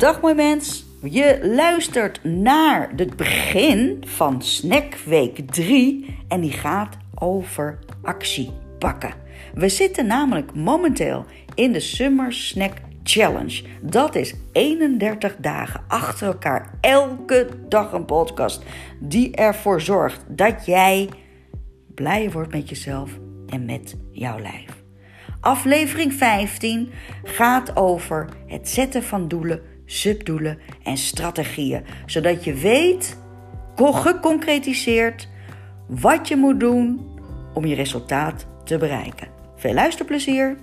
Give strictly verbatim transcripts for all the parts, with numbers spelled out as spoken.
Dag mooi mens, je luistert naar het begin van Snackweek drie en die gaat over actie pakken. We zitten namelijk momenteel in de Summer Snack Challenge. Dat is eenendertig dagen achter elkaar, elke dag een podcast die ervoor zorgt dat jij blij wordt met jezelf en met jouw lijf. Aflevering vijftien gaat over het zetten van doelen, subdoelen en strategieën. Zodat je weet, geconcretiseerd, wat je moet doen om je resultaat te bereiken. Veel luisterplezier!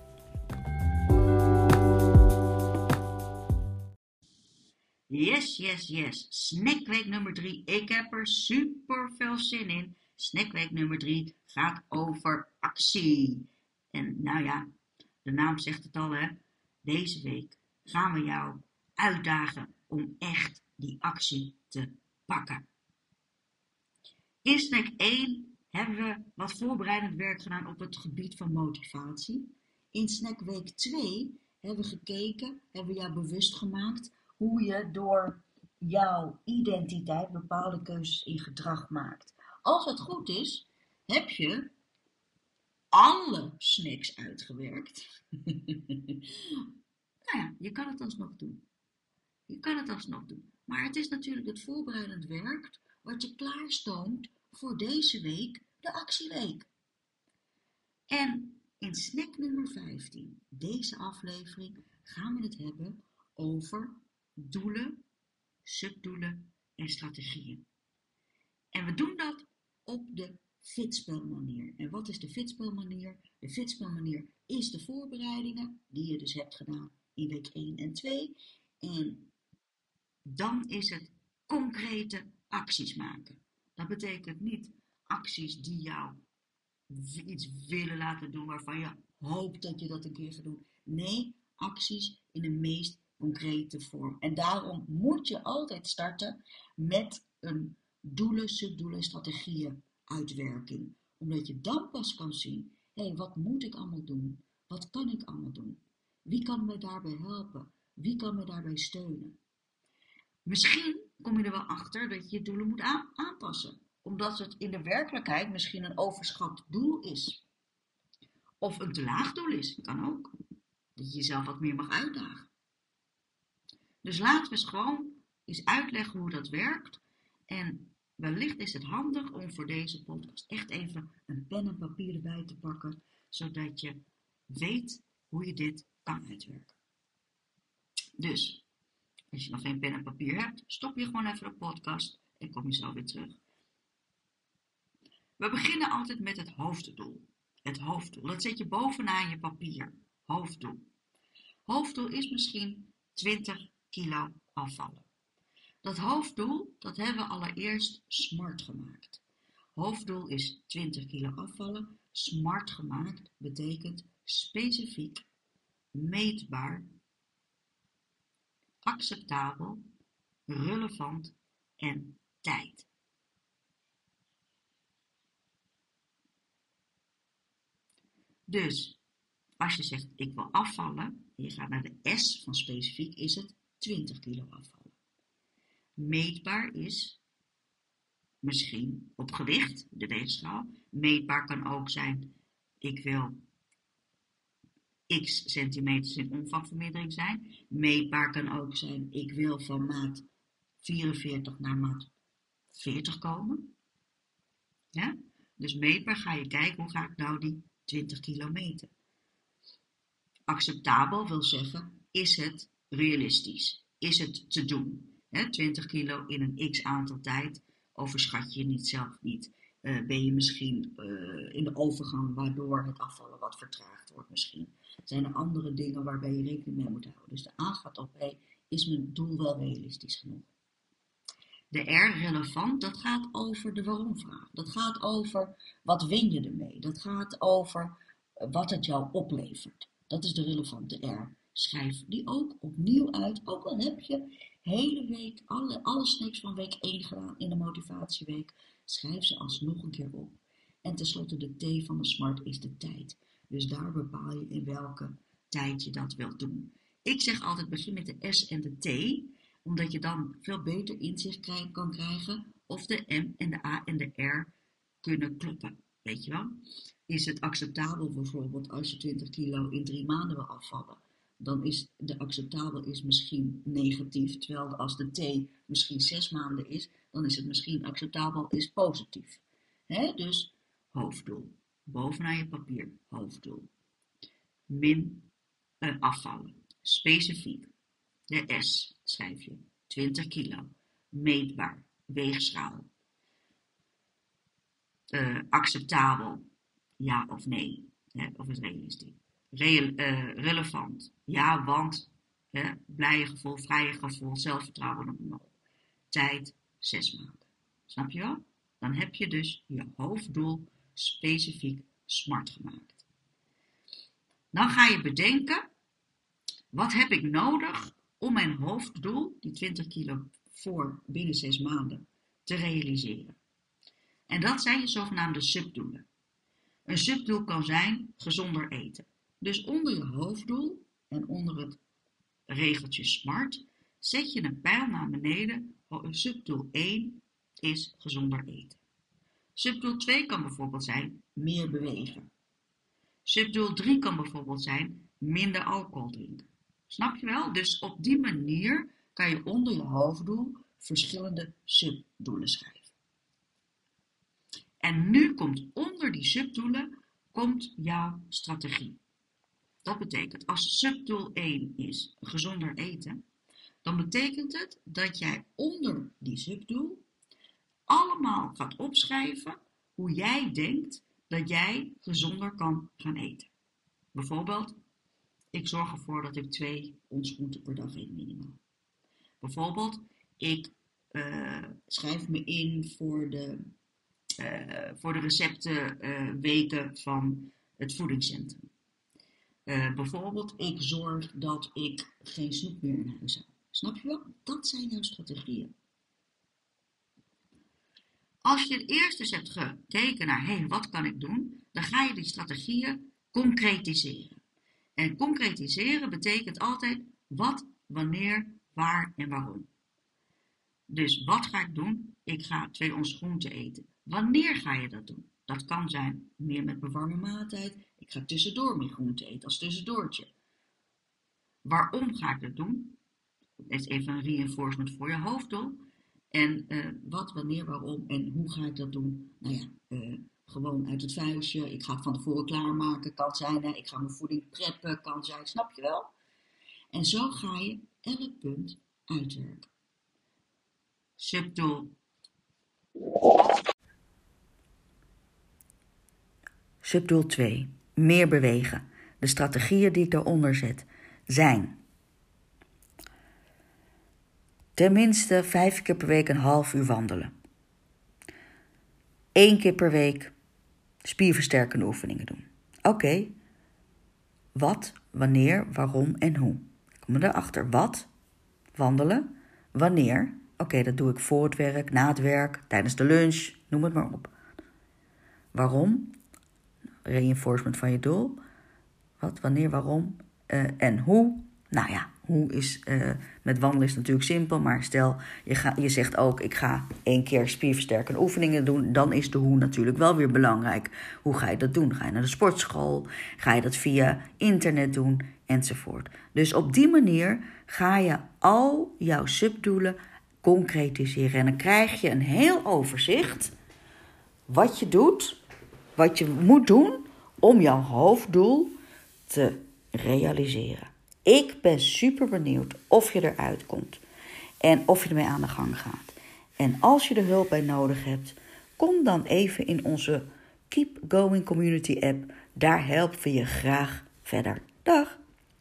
Yes, yes, yes. Snackweek nummer drie. Ik heb er super veel zin in. Snackweek nummer drie gaat over actie. En nou ja, de naam zegt het al hè. Deze week gaan we jou uitdagen om echt die actie te pakken. In snack één hebben we wat voorbereidend werk gedaan op het gebied van motivatie. In snackweek twee hebben we gekeken, hebben we jou bewust gemaakt hoe je door jouw identiteit bepaalde keuzes in gedrag maakt. Als het goed is, heb je alle snacks uitgewerkt. Nou ja, je kan het alsnog doen. Je kan het alsnog doen. Maar het is natuurlijk het voorbereidend werk wat je klaarstoomt voor deze week, de actieweek. En in snack nummer vijftien, deze aflevering, gaan we het hebben over doelen, subdoelen en strategieën. En we doen dat op de fitspelmanier. En wat is de fitspelmanier? De fitspelmanier is de voorbereidingen die je dus hebt gedaan in week één en twee. En dan is het concrete acties maken. Dat betekent niet acties die jou iets willen laten doen waarvan je hoopt dat je dat een keer gaat doen. Nee, acties in de meest concrete vorm. En daarom moet je altijd starten met een doelen, subdoelen, strategieën uitwerking. Omdat je dan pas kan zien, hé, hey, wat moet ik allemaal doen? Wat kan ik allemaal doen? Wie kan me daarbij helpen? Wie kan me daarbij steunen? Misschien kom je er wel achter dat je je doelen moet aanpassen. Omdat het in de werkelijkheid misschien een overschat doel is. Of een te laag doel is, kan ook. Dat je jezelf wat meer mag uitdagen. Dus laten we eens gewoon eens uitleggen hoe dat werkt. En wellicht is het handig om voor deze podcast echt even een pen en papier erbij te pakken. Zodat je weet hoe je dit kan uitwerken. Dus, als je nog geen pen en papier hebt, stop je gewoon even de podcast en kom je zo weer terug. We beginnen altijd met het hoofddoel. Het hoofddoel, dat zet je bovenaan je papier. Hoofddoel. Hoofddoel is misschien twintig kilo afvallen. Dat hoofddoel, dat hebben we allereerst smart gemaakt. Hoofddoel is twintig kilo afvallen. Smart gemaakt betekent specifiek, meetbaar, acceptabel, relevant en tijd. Dus, als je zegt ik wil afvallen, en je gaat naar de S van specifiek, is het twintig kilo afvallen. Meetbaar is misschien op gewicht, de weegschaal. Meetbaar kan ook zijn, ik wil x centimeters in omvangvermindering zijn. Meetbaar kan ook zijn, ik wil van maat vierenveertig naar maat veertig komen. Ja? Dus meetbaar ga je kijken, hoe ga ik nou die twintig kilo meten. Acceptabel wil zeggen, is het realistisch? Is het te doen? He, twintig kilo in een x aantal tijd, overschat je niet zelf niet. Uh, ben je misschien uh, in de overgang waardoor het afvallen wat vertraagd wordt misschien. Zijn er andere dingen waarbij je rekening mee moet houden. Dus de A gaat op, hey, is mijn doel wel realistisch genoeg? De R, relevant, dat gaat over de waarom-vraag. Dat gaat over wat win je ermee. Dat gaat over wat het jou oplevert. Dat is de relevante R. Schrijf die ook opnieuw uit. Ook al heb je hele week alle, alle snacks van week één gedaan in de motivatieweek. Schrijf ze alsnog een keer op. En tenslotte de T van de smart is de tijd. Dus daar bepaal je in welke tijd je dat wilt doen. Ik zeg altijd begin met de S en de T, omdat je dan veel beter inzicht krijg, kan krijgen of de M en de A en de R kunnen kloppen. Weet je wel? Is het acceptabel bijvoorbeeld als je twintig kilo in drie maanden wil afvallen? Dan is de acceptabel is misschien negatief, terwijl als de T misschien zes maanden is, dan is het misschien acceptabel is positief. He? Dus hoofddoel. Bovenaan je papier, hoofddoel. Min uh, afvallen. Specifiek. De S schrijf je. twintig kilo. Meetbaar. Weegschaal. Uh, acceptabel. Ja of nee. Hè? Of is realistisch. Re- uh, relevant. Ja, want. Hè? Blije gevoel, vrije gevoel, zelfvertrouwen op nul. Tijd, zes maanden. Snap je wel? Dan heb je dus je hoofddoel specifiek smart gemaakt. Dan ga je bedenken, wat heb ik nodig om mijn hoofddoel, die twintig kilo voor binnen zes maanden, te realiseren. En dat zijn je zogenaamde subdoelen. Een subdoel kan zijn gezonder eten. Dus onder je hoofddoel en onder het regeltje smart zet je een pijl naar beneden. Subdoel één is gezonder eten. Subdoel twee kan bijvoorbeeld zijn meer bewegen. Subdoel drie kan bijvoorbeeld zijn minder alcohol drinken. Snap je wel? Dus op die manier kan je onder je hoofddoel verschillende subdoelen schrijven. En nu komt onder die subdoelen komt jouw strategie. Dat betekent, als subdoel één is gezonder eten, dan betekent het dat jij onder die subdoel allemaal gaat opschrijven hoe jij denkt dat jij gezonder kan gaan eten. Bijvoorbeeld, ik zorg ervoor dat ik twee ons groenten per dag eet minimaal. Bijvoorbeeld, ik uh, schrijf me in voor de, uh, voor de receptenweken uh, van het voedingscentrum. Uh, bijvoorbeeld, ik zorg dat ik geen snoep meer in huis heb. Snap je wel? Dat zijn jouw strategieën. Als je het eerst eens hebt gekeken naar, hé, hey, wat kan ik doen? Dan ga je die strategieën concretiseren. En concretiseren betekent altijd wat, wanneer, waar en waarom. Dus wat ga ik doen? Ik ga twee ons groenten eten. Wanneer ga je dat doen? Dat kan zijn meer met mijn warme maaltijd. Ik ga tussendoor meer groenten eten als tussendoortje. Waarom ga ik dat doen? Dat is even een reinforcement voor je hoofddoel. En uh, wat, wanneer, waarom en hoe ga ik dat doen? Nou ja, uh, gewoon uit het vuistje. Ik ga het van tevoren klaarmaken, kan zijn. Hè? Ik ga mijn voeding preppen, kan zijn. Snap je wel? En zo ga je elk punt uitwerken. Subdoel. Subdoel twee. Meer bewegen. De strategieën die ik daaronder zet zijn: tenminste vijf keer per week een half uur wandelen. Eén keer per week spierversterkende oefeningen doen. Oké, okay. Wat, wanneer, waarom en hoe? Ik kom erachter. Wat? Wandelen. Wanneer? Oké, okay, dat doe ik voor het werk, na het werk, tijdens de lunch, noem het maar op. Waarom? Reinforcement van je doel. Wat, wanneer, waarom uh, en hoe? Nou ja, hoe is, uh, met wandelen is natuurlijk simpel, maar stel je, ga, je zegt ook, ik ga één keer spierversterkende oefeningen doen, dan is de hoe natuurlijk wel weer belangrijk. Hoe ga je dat doen? Ga je naar de sportschool? Ga je dat via internet doen? Enzovoort. Dus op die manier ga je al jouw subdoelen concretiseren. En dan krijg je een heel overzicht wat je doet, wat je moet doen om jouw hoofddoel te realiseren. Ik ben super benieuwd of je eruit komt en of je ermee aan de gang gaat. En als je er hulp bij nodig hebt, kom dan even in onze Keep Going Community app. Daar helpen we je graag verder. Dag!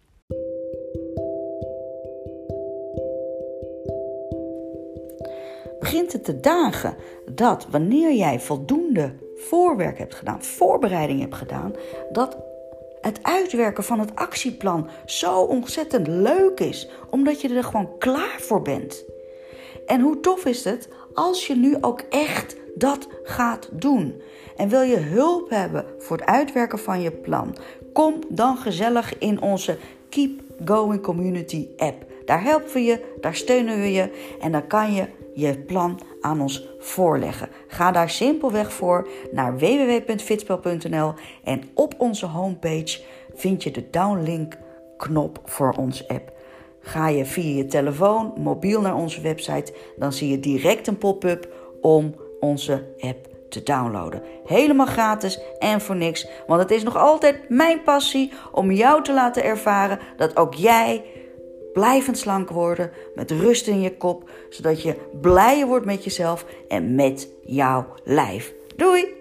Begint het te dagen dat wanneer jij voldoende voorwerk hebt gedaan, voorbereiding hebt gedaan, dat het uitwerken van het actieplan zo ontzettend leuk is, omdat je er gewoon klaar voor bent. En hoe tof is het als je nu ook echt dat gaat doen. En wil je hulp hebben voor het uitwerken van je plan? Kom dan gezellig in onze Keep Going Community app. Daar helpen we je, daar steunen we je en dan kan je je plan aan ons voorleggen. Ga daar simpelweg voor naar w w w punt fitspel punt n l en op onze homepage vind je de downlink knop voor onze app. Ga je via je telefoon, mobiel naar onze website, dan zie je direct een pop-up om onze app te downloaden. Helemaal gratis en voor niks, want het is nog altijd mijn passie om jou te laten ervaren dat ook jij blijvend slank wordt met rust in je kop, zodat je blijer wordt met jezelf en met jouw lijf. Doei!